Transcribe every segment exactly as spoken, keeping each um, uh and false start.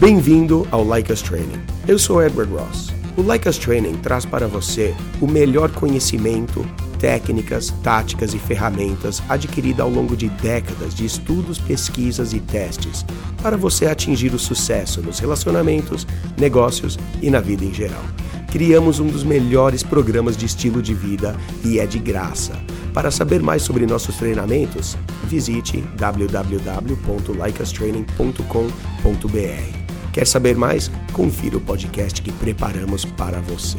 Bem-vindo ao Like Us Training. Eu sou Edward Ross. O Like Us Training traz para você o melhor conhecimento, técnicas, táticas e ferramentas adquiridas ao longo de décadas de estudos, pesquisas e testes para você atingir o sucesso nos relacionamentos, negócios e na vida em geral. Criamos um dos melhores programas de estilo de vida e é de graça. Para saber mais sobre nossos treinamentos, visite w w w ponto like us training ponto com ponto b r. Quer saber mais? Confira o podcast que preparamos para você.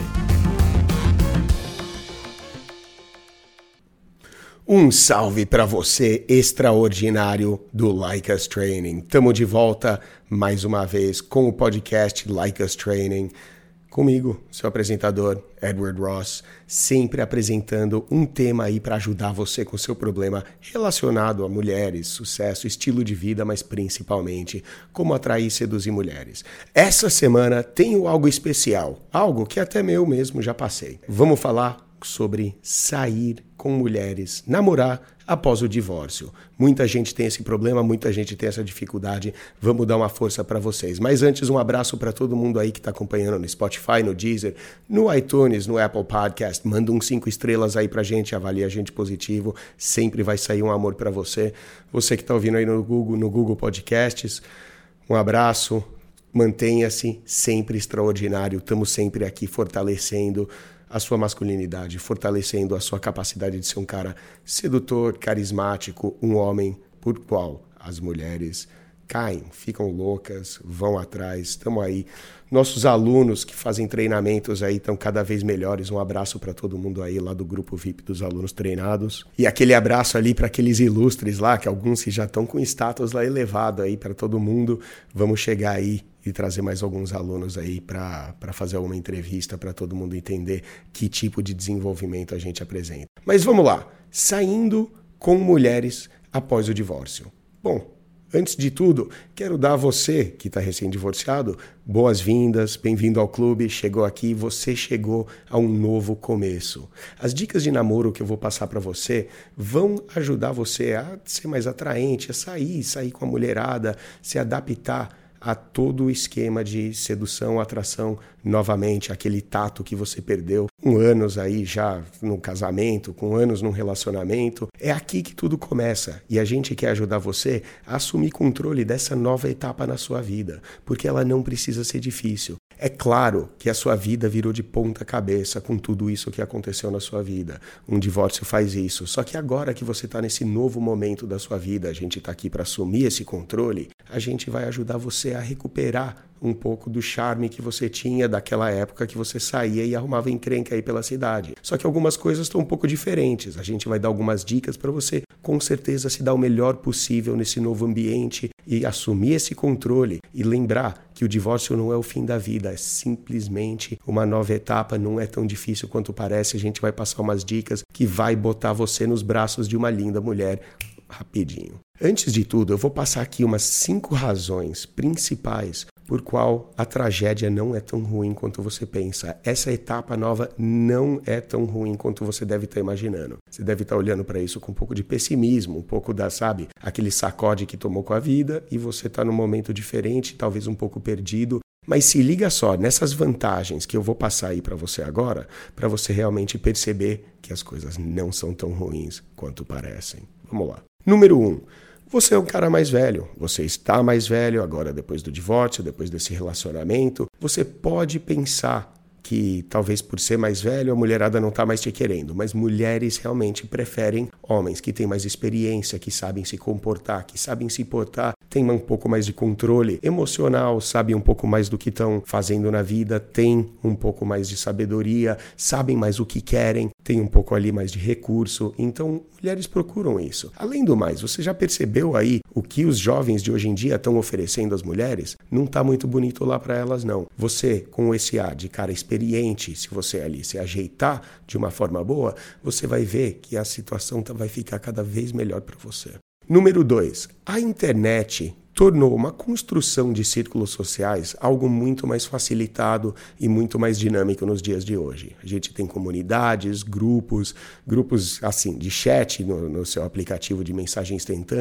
Um salve para você, extraordinário do Like Us Training. Estamos de volta mais uma vez com o podcast Like Us Training. Comigo, seu apresentador, Edward Ross, sempre apresentando um tema aí para ajudar você com o seu problema relacionado a mulheres, sucesso, estilo de vida, mas principalmente como atrair e seduzir mulheres. Essa semana tenho algo especial, algo que até eu mesmo já passei. Vamos falar sobre sair com mulheres, namorar após o divórcio. Muita gente tem esse problema, muita gente tem essa dificuldade. Vamos dar uma força para vocês. Mas antes, um abraço para todo mundo aí que está acompanhando no Spotify, no Deezer, no iTunes, no Apple Podcast. Manda uns cinco estrelas aí pra gente, avalia a gente positivo. Sempre vai sair um amor para você. Você que está ouvindo aí no Google, no Google Podcasts, um abraço. Mantenha-se sempre extraordinário. Estamos sempre aqui fortalecendo a sua masculinidade, fortalecendo a sua capacidade de ser um cara sedutor, carismático, um homem por qual as mulheres caem, ficam loucas, vão atrás. Estamos aí. Nossos alunos que fazem treinamentos aí estão cada vez melhores. Um abraço para todo mundo aí lá do grupo V I P dos alunos treinados. E aquele abraço ali para aqueles ilustres lá, que alguns já estão com status lá elevado aí para todo mundo. Vamos chegar aí e trazer mais alguns alunos aí para fazer alguma entrevista para todo mundo entender que tipo de desenvolvimento a gente apresenta. Mas vamos lá, saindo com mulheres após o divórcio. Bom, antes de tudo, quero dar a você que está recém-divorciado boas-vindas, bem-vindo ao clube, chegou aqui, você chegou a um novo começo. As dicas de namoro que eu vou passar para você vão ajudar você a ser mais atraente, a sair, sair com a mulherada, se adaptar a todo o esquema de sedução, atração, novamente, aquele tato que você perdeu, com anos aí já no casamento, com anos num relacionamento. É aqui que tudo começa e a gente quer ajudar você a assumir controle dessa nova etapa na sua vida, porque ela não precisa ser difícil. É claro que a sua vida virou de ponta cabeça com tudo isso que aconteceu na sua vida. Um divórcio faz isso. Só que agora que você está nesse novo momento da sua vida, a gente está aqui para assumir esse controle, a gente vai ajudar você a recuperar um pouco do charme que você tinha daquela época que você saía e arrumava encrenca aí pela cidade. Só que algumas coisas estão um pouco diferentes. A gente vai dar algumas dicas para você, com certeza, se dar o melhor possível nesse novo ambiente e assumir esse controle e lembrar que o divórcio não é o fim da vida, é simplesmente uma nova etapa, não é tão difícil quanto parece. A gente vai passar umas dicas que vai botar você nos braços de uma linda mulher rapidinho. Antes de tudo, eu vou passar aqui umas cinco razões principais por qual a tragédia não é tão ruim quanto você pensa. Essa etapa nova não é tão ruim quanto você deve estar imaginando. Você deve estar olhando para isso com um pouco de pessimismo, um pouco da, sabe, aquele sacode que tomou com a vida e você está num momento diferente, talvez um pouco perdido. Mas se liga só nessas vantagens que eu vou passar aí para você agora, para você realmente perceber que as coisas não são tão ruins quanto parecem. Vamos lá. Número um. Você é um cara mais velho, você está mais velho agora depois do divórcio, depois desse relacionamento. Você pode pensar que talvez por ser mais velho a mulherada não está mais te querendo, mas mulheres realmente preferem homens que têm mais experiência, que sabem se comportar, que sabem se portar, têm um pouco mais de controle emocional, sabem um pouco mais do que estão fazendo na vida, têm um pouco mais de sabedoria, sabem mais o que querem, têm um pouco ali mais de recurso. Então, mulheres procuram isso. Além do mais, você já percebeu aí o que os jovens de hoje em dia estão oferecendo às mulheres? Não está muito bonito lá para elas, não. Você, com esse ar de cara experiente, se você ali se ajeitar de uma forma boa, você vai ver que a situação vai ficar cada vez melhor para você. Número dois. A internet tornou uma construção de círculos sociais algo muito mais facilitado e muito mais dinâmico nos dias de hoje. A gente tem comunidades, grupos, grupos assim de chat no, no seu aplicativo de mensagem instantânea,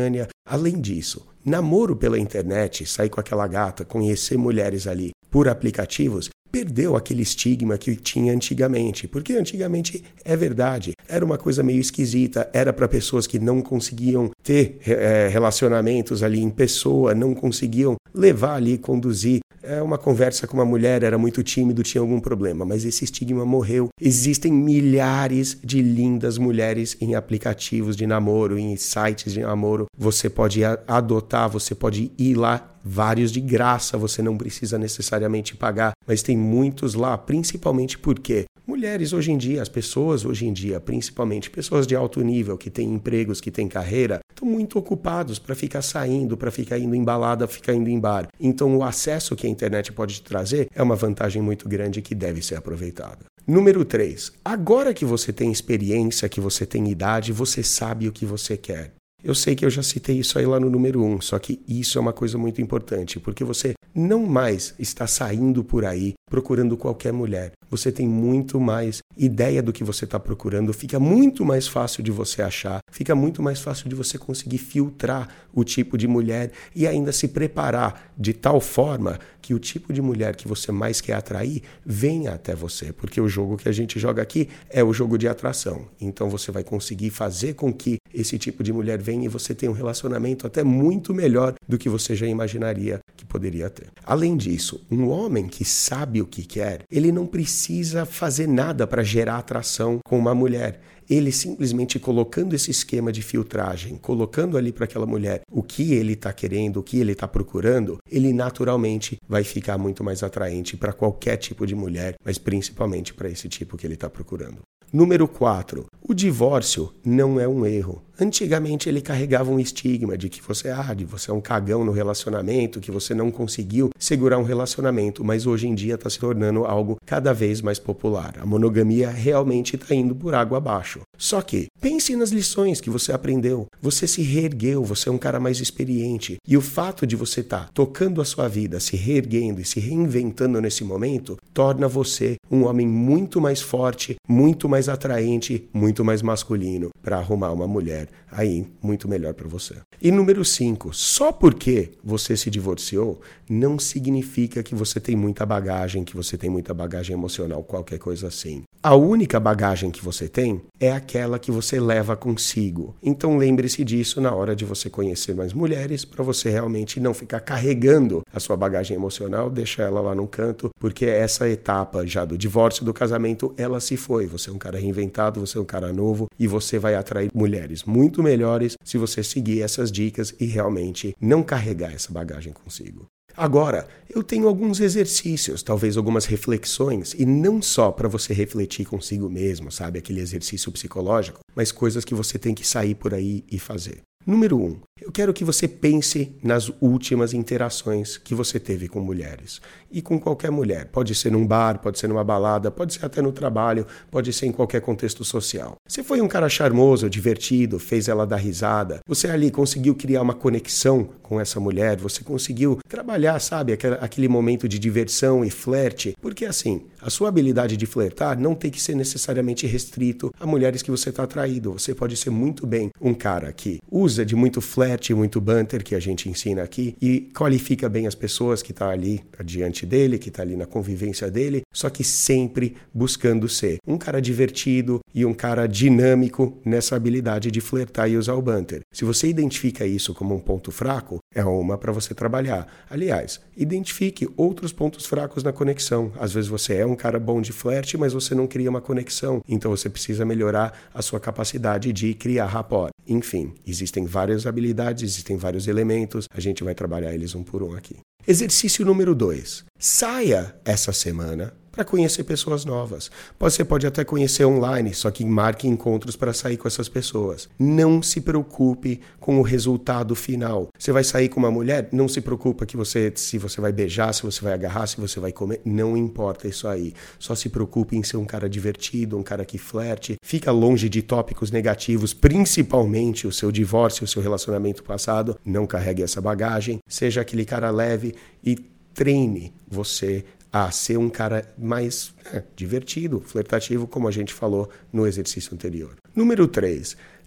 Além disso, namoro pela internet, sair com aquela gata, conhecer mulheres ali por aplicativos, perdeu aquele estigma que tinha antigamente, porque antigamente, é verdade, era uma coisa meio esquisita, era para pessoas que não conseguiam ter é, relacionamentos ali em pessoa, não conseguiam levar ali, conduzir é, uma conversa com uma mulher, era muito tímido, tinha algum problema, mas esse estigma morreu. Existem milhares de lindas mulheres em aplicativos de namoro, em sites de namoro, você pode adotar, você pode ir lá, vários de graça, você não precisa necessariamente pagar, mas tem muitos lá, principalmente porque mulheres hoje em dia, as pessoas hoje em dia, principalmente pessoas de alto nível, que têm empregos, que têm carreira, estão muito ocupados para ficar saindo, para ficar indo em balada, ficar indo em bar. Então o acesso que a internet pode te trazer é uma vantagem muito grande que deve ser aproveitada. Número três. Agora que você tem experiência, que você tem idade, você sabe o que você quer. Eu sei que eu já citei isso aí lá no número um, só que isso é uma coisa muito importante, porque você não mais está saindo por aí procurando qualquer mulher. Você tem muito mais ideia do que você está procurando, fica muito mais fácil de você achar, fica muito mais fácil de você conseguir filtrar o tipo de mulher e ainda se preparar de tal forma que o tipo de mulher que você mais quer atrair venha até você, porque o jogo que a gente joga aqui é o jogo de atração. Então você vai conseguir fazer com que esse tipo de mulher venha e você tenha um relacionamento até muito melhor do que você já imaginaria que poderia ter. Além disso, um homem que sabe o que quer, ele não precisa fazer nada para gerar atração com uma mulher. Ele simplesmente colocando esse esquema de filtragem, colocando ali para aquela mulher o que ele está querendo, o que ele está procurando, ele naturalmente vai ficar muito mais atraente para qualquer tipo de mulher, mas principalmente para esse tipo que ele está procurando. Número quatro. O divórcio não é um erro. Antigamente ele carregava um estigma de que você, ah, você é um cagão no relacionamento, que você não conseguiu segurar um relacionamento, mas hoje em dia está se tornando algo cada vez mais popular. A monogamia realmente está indo por água abaixo. Só que, pense nas lições que você aprendeu. Você se reergueu, você é um cara mais experiente. E o fato de você estar tá tocando a sua vida, se reerguendo e se reinventando nesse momento, torna você um homem muito mais forte, muito mais atraente, muito mais masculino para arrumar uma mulher aí muito melhor para você. E número cinco, só porque você se divorciou não significa que você tem muita bagagem, que você tem muita bagagem emocional, qualquer coisa assim. A única bagagem que você tem é aquela que você leva consigo. Então lembre-se disso na hora de você conhecer mais mulheres, para você realmente não ficar carregando a sua bagagem emocional, deixar ela lá no canto, porque essa etapa já do divórcio, do casamento, ela se foi. Você é um cara reinventado, você é um cara novo e você vai atrair mulheres muito melhores se você seguir essas dicas e realmente não carregar essa bagagem consigo. Agora, eu tenho alguns exercícios, talvez algumas reflexões, e não só para você refletir consigo mesmo, sabe? Aquele exercício psicológico, mas coisas que você tem que sair por aí e fazer. Número um, eu quero que você pense nas últimas interações que você teve com mulheres. E com qualquer mulher. Pode ser num bar, pode ser numa balada, pode ser até no trabalho, pode ser em qualquer contexto social. Você foi um cara charmoso, divertido, fez ela dar risada. Você ali conseguiu criar uma conexão com essa mulher, você conseguiu trabalhar, sabe, aquele momento de diversão e flerte. Porque assim, a sua habilidade de flertar não tem que ser necessariamente restrito a mulheres que você está atraído. Você pode ser muito bem um cara que usa de muito flerte, muito banter, que a gente ensina aqui, e qualifica bem as pessoas que estão ali diante dele, que está ali na convivência dele, só que sempre buscando ser um cara divertido e um cara dinâmico nessa habilidade de flertar e usar o banter. Se você identifica isso como um ponto fraco, é uma para você trabalhar. Aliás, identifique outros pontos fracos na conexão. Às vezes você é um cara bom de flerte, mas você não cria uma conexão. Então você precisa melhorar a sua capacidade de criar rapport. Enfim, existem várias habilidades, existem vários elementos. A gente vai trabalhar eles um por um aqui. Exercício número dois. Saia essa semana para conhecer pessoas novas. Você pode até conhecer online, só que marque encontros para sair com essas pessoas. Não se preocupe com o resultado final. Você vai sair com uma mulher, não se preocupa que você, se você vai beijar, se você vai agarrar, se você vai comer, não importa isso aí. Só se preocupe em ser um cara divertido, um cara que flerte. Fica longe de tópicos negativos, principalmente o seu divórcio, o seu relacionamento passado. Não carregue essa bagagem. Seja aquele cara leve e treine você a ser um cara mais é, divertido, flertativo, como a gente falou no exercício anterior. Número três.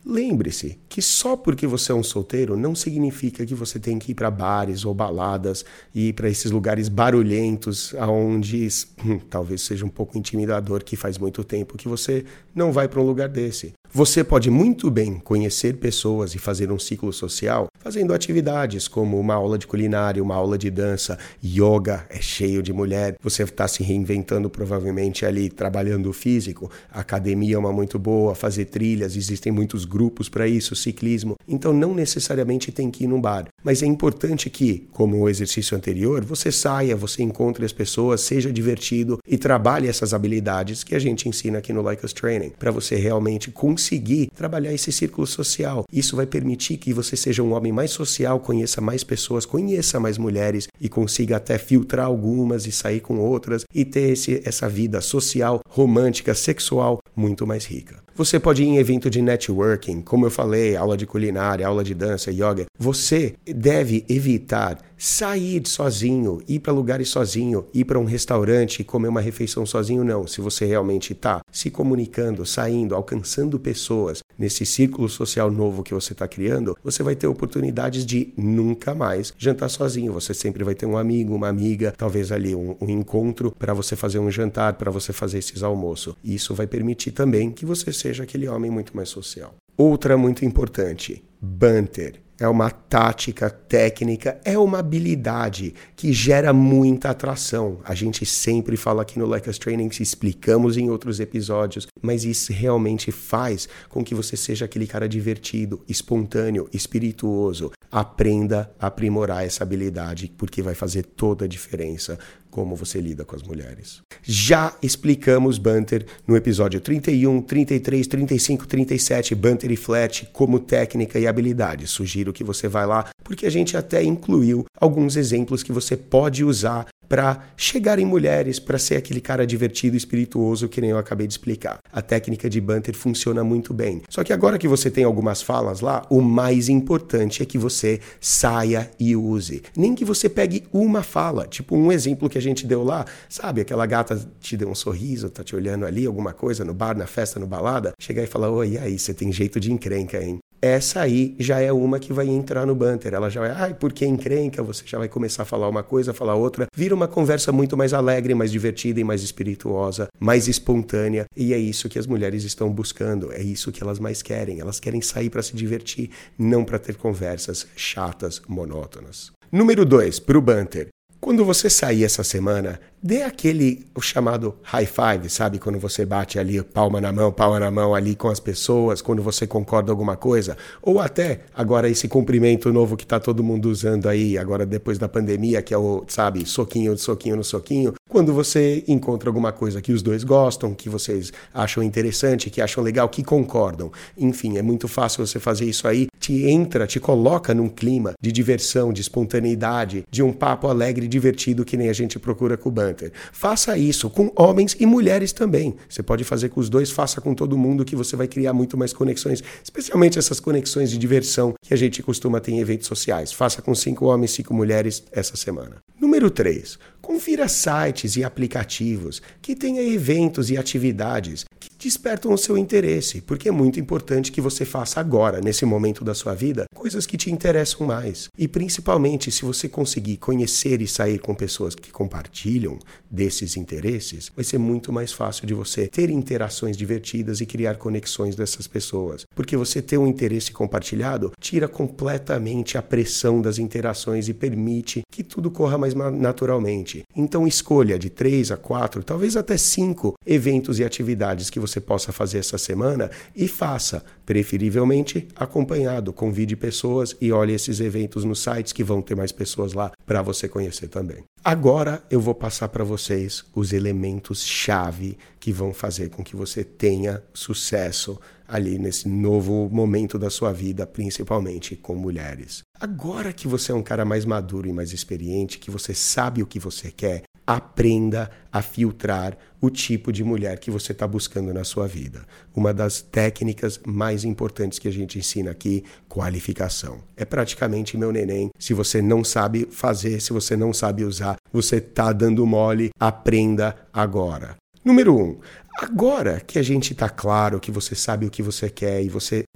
lembre-se que só porque você é um solteiro não significa que você tem que ir para bares ou baladas e ir para esses lugares barulhentos onde hum, talvez seja um pouco intimidador, que faz muito tempo que você não vai para um lugar desse. Você pode muito bem conhecer pessoas e fazer um ciclo social fazendo atividades como uma aula de culinária, uma aula de dança, yoga, é cheio de mulher, você está se reinventando provavelmente ali, trabalhando o físico, a academia é uma muito boa, fazer trilhas, existem muitos grupos para isso, ciclismo, então não necessariamente tem que ir num bar, mas é importante que, como o exercício anterior, você saia, você encontre as pessoas, seja divertido e trabalhe essas habilidades que a gente ensina aqui no Like Us Training, para você realmente conseguir trabalhar esse círculo social. Isso vai permitir que você seja um homem mais social, conheça mais pessoas, conheça mais mulheres e consiga até filtrar algumas e sair com outras e ter esse, essa vida social, romântica, sexual muito mais rica. Você pode ir em evento de networking, como eu falei, aula de culinária, aula de dança, yoga. Você deve evitar sair sozinho, ir para lugares sozinho, ir para um restaurante e comer uma refeição sozinho, não. Se você realmente está se comunicando, saindo, alcançando pessoas nesse círculo social novo que você está criando, você vai ter oportunidades de nunca mais jantar sozinho. Você sempre vai ter um amigo, uma amiga, talvez ali um, um encontro para você fazer um jantar, para você fazer esses almoços. E isso vai permitir também que você seja aquele homem muito mais social. Outra muito importante, banter. É uma tática técnica, é uma habilidade que gera muita atração. A gente sempre fala aqui no Like Us Training, explicamos em outros episódios, mas isso realmente faz com que você seja aquele cara divertido, espontâneo, espirituoso. Aprenda a aprimorar essa habilidade, porque vai fazer toda a diferença como você lida com as mulheres. Já explicamos banter no episódio trinta e um, trinta e três, trinta e cinco, trinta e sete, banter e flat como técnica e habilidade. Sugiro que você vá lá, porque a gente até incluiu alguns exemplos que você pode usar para chegar em mulheres, para ser aquele cara divertido e espirituoso que nem eu acabei de explicar. A técnica de banter funciona muito bem. Só que agora que você tem algumas falas lá, o mais importante é que você saia e use. Nem que você pegue uma fala, tipo um exemplo que a gente deu lá, sabe? Aquela gata te deu um sorriso, tá te olhando ali, alguma coisa no bar, na festa, no balada, chegar e falar, oi, e aí, você tem jeito de encrenca, hein? Essa aí já é uma que vai entrar no banter. Ela já vai, ai, por que encrenca? Você já vai começar a falar uma coisa, falar outra. Vira uma conversa muito mais alegre, mais divertida e mais espirituosa, mais espontânea. E é isso que as mulheres estão buscando. É isso que elas mais querem. Elas querem sair para se divertir, não para ter conversas chatas, monótonas. Número dois, para o banter. Quando você sair essa semana, dê aquele, o chamado high five, sabe? Quando você bate ali palma na mão, palma na mão ali com as pessoas, quando você concorda alguma coisa. Ou até, agora esse cumprimento novo que tá todo mundo usando aí, agora depois da pandemia, que é o, sabe, soquinho, soquinho no soquinho. Quando você encontra alguma coisa que os dois gostam, que vocês acham interessante, que acham legal, que concordam. Enfim, é muito fácil você fazer isso aí. Te entra, te coloca num clima de diversão, de espontaneidade, de um papo alegre, divertido, que nem a gente procura com o banter. Faça isso com homens e mulheres também. Você pode fazer com os dois, faça com todo mundo, que você vai criar muito mais conexões, especialmente essas conexões de diversão que a gente costuma ter em eventos sociais. Faça com cinco homens, cinco mulheres essa semana. Número três. Confira sites e aplicativos que tenham eventos e atividades que despertam o seu interesse, porque é muito importante que você faça agora, nesse momento da sua vida, coisas que te interessam mais. E principalmente, se você conseguir conhecer e sair com pessoas que compartilham desses interesses, vai ser muito mais fácil de você ter interações divertidas e criar conexões dessas pessoas. Porque você ter um interesse compartilhado tira completamente a pressão das interações e permite que tudo corra mais naturalmente. Então escolha de três a quatro, talvez até cinco eventos e atividades que você possa fazer essa semana e faça, preferivelmente acompanhado. Convide pessoas e olhe esses eventos nos sites que vão ter mais pessoas lá para você conhecer também. Agora eu vou passar para vocês os elementos-chave que vão fazer com que você tenha sucesso ali nesse novo momento da sua vida, principalmente com mulheres. Agora que você é um cara mais maduro e mais experiente, que você sabe o que você quer, aprenda a filtrar o tipo de mulher que você está buscando na sua vida. Uma das técnicas mais importantes que a gente ensina aqui, qualificação. É praticamente meu neném. Se você não sabe fazer, se você não sabe usar, você está dando mole, aprenda agora. Número um, agora que a gente está claro que você sabe o que você quer e você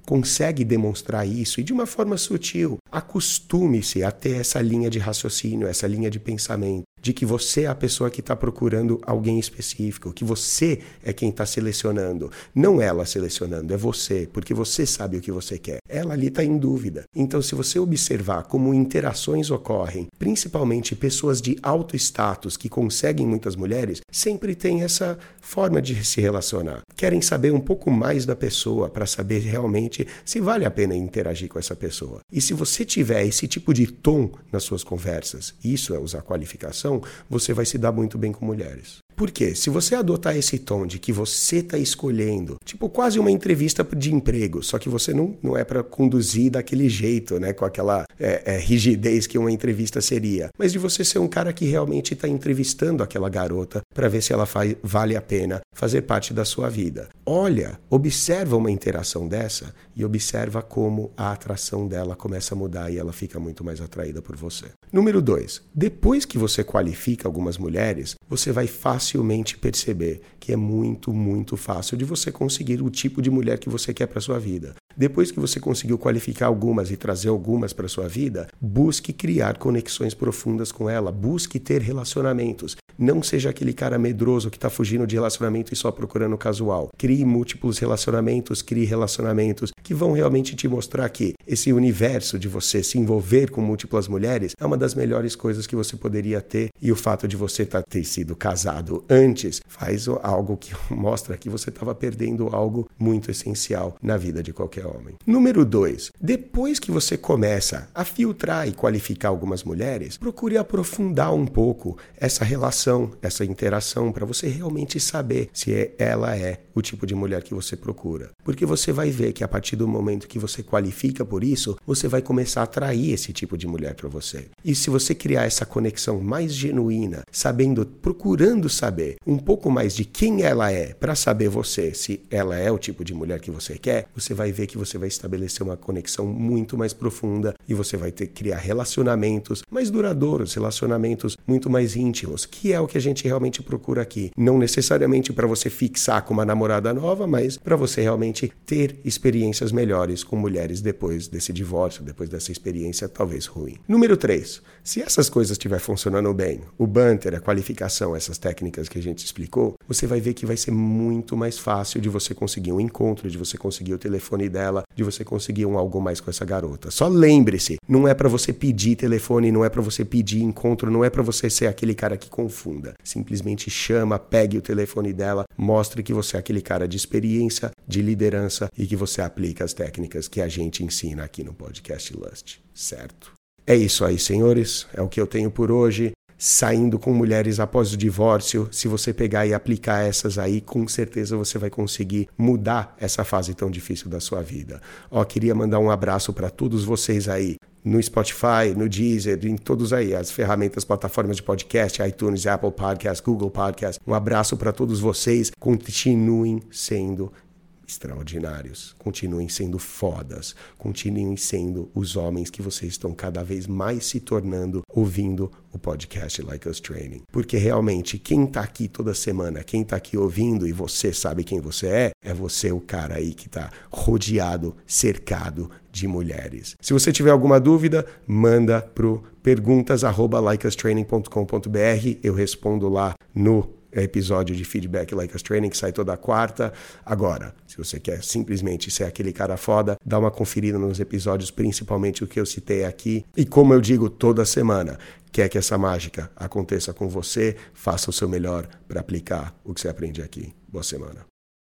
consegue demonstrar isso e de uma forma sutil. Acostume-se a ter essa linha de raciocínio, essa linha de pensamento, de que você é a pessoa que está procurando alguém específico, que você é quem está selecionando. Não ela selecionando, é você, porque você sabe o que você quer. Ela ali está em dúvida. Então, se você observar como interações ocorrem, principalmente pessoas de alto status que conseguem muitas mulheres, sempre tem essa forma de se relacionar. Querem saber um pouco mais da pessoa para saber realmente se vale a pena interagir com essa pessoa. E se você tiver esse tipo de tom nas suas conversas, isso é usar qualificação, você vai se dar muito bem com mulheres. Por quê? Se você adotar esse tom de que você está escolhendo, tipo quase uma entrevista de emprego, só que você não, não é para conduzir daquele jeito, né, com aquela é, é, rigidez que uma entrevista seria, mas de você ser um cara que realmente está entrevistando aquela garota para ver se ela faz, vale a pena fazer parte da sua vida. Olha, observa uma interação dessa e observa como a atração dela começa a mudar e ela fica muito mais atraída por você. Número dois, depois que você qualifica algumas mulheres, você vai facilmente perceber que é muito, muito fácil de você conseguir o tipo de mulher que você quer para sua vida. Depois que você conseguiu qualificar algumas e trazer algumas para sua vida, busque criar conexões profundas com ela, busque ter relacionamentos. Não seja aquele cara medroso que está fugindo de relacionamento e só procurando casual. Crie múltiplos relacionamentos, crie relacionamentos que vão realmente te mostrar que esse universo de você se envolver com múltiplas mulheres é uma das melhores coisas que você poderia ter, e o fato de você tá, ter sido casado antes faz algo que mostra que você estava perdendo algo muito essencial na vida de qualquer homem. Número dois, depois que você começa a filtrar e qualificar algumas mulheres, procure aprofundar um pouco essa relação, essa interação, para você realmente saber se ela é o tipo de mulher que você procura. Porque você vai ver que a partir do momento que você qualifica por isso, você vai começar a atrair esse tipo de mulher para você. E se você criar essa conexão mais genuína, sabendo, procurando saber um pouco mais de quem ela é, para saber você se ela é o tipo de mulher que você quer, você vai ver que você vai estabelecer uma conexão muito mais profunda e você vai ter que criar relacionamentos mais duradouros, relacionamentos muito mais íntimos, que é o que a gente realmente procura aqui. Não necessariamente para você fixar com uma namorada nova, mas para você realmente ter experiências melhores com mulheres depois desse divórcio, depois dessa experiência talvez ruim. Número três, se essas coisas estiver funcionando bem, o banter, a qualificação, essas técnicas que a gente explicou, você vai ver que vai ser muito mais fácil de você conseguir um encontro, de você conseguir o telefone dela, de você conseguir um algo mais com essa garota. Só lembre-se, não é para você pedir telefone, não é para você pedir encontro, não é para você ser aquele cara que confunda. Simplesmente chama, pegue o telefone dela, mostre que você é aquele cara de experiência, de liderança e que você aplica as técnicas que a gente ensina aqui no podcast Lust, certo? É isso aí, senhores, é o que eu tenho por hoje. Saindo com mulheres após o divórcio, se você pegar e aplicar essas aí, com certeza você vai conseguir mudar essa fase tão difícil da sua vida. Ó, queria mandar um abraço para todos vocês aí, no Spotify, no Deezer, em todos aí, as ferramentas, plataformas de podcast, iTunes, Apple Podcasts, Google Podcasts. Um abraço para todos vocês, continuem sendo extraordinários, continuem sendo fodas, continuem sendo os homens que vocês estão cada vez mais se tornando ouvindo o podcast Like Us Training. Porque realmente quem tá aqui toda semana, quem tá aqui ouvindo e você sabe quem você é, é você o cara aí que tá rodeado, cercado de mulheres. Se você tiver alguma dúvida, manda pro perguntas arroba like us training ponto com ponto b r, eu respondo lá no episódio de Feedback Like Us Training, que sai toda quarta. Agora, se você quer simplesmente ser aquele cara foda, dá uma conferida nos episódios, principalmente o que eu citei aqui. E como eu digo toda semana, quer que essa mágica aconteça com você, faça o seu melhor para aplicar o que você aprende aqui. Boa semana.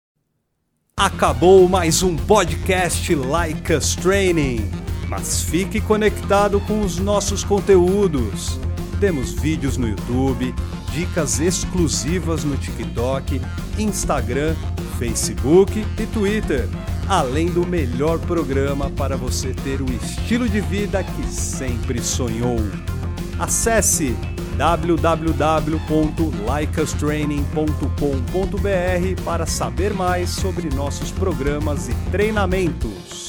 Acabou mais um podcast Like Us Training, mas fique conectado com os nossos conteúdos. Temos vídeos no YouTube, dicas exclusivas no TikTok, Instagram, Facebook e Twitter, além do melhor programa para você ter o estilo de vida que sempre sonhou. Acesse w w w ponto like us training ponto com ponto b r para saber mais sobre nossos programas e treinamentos.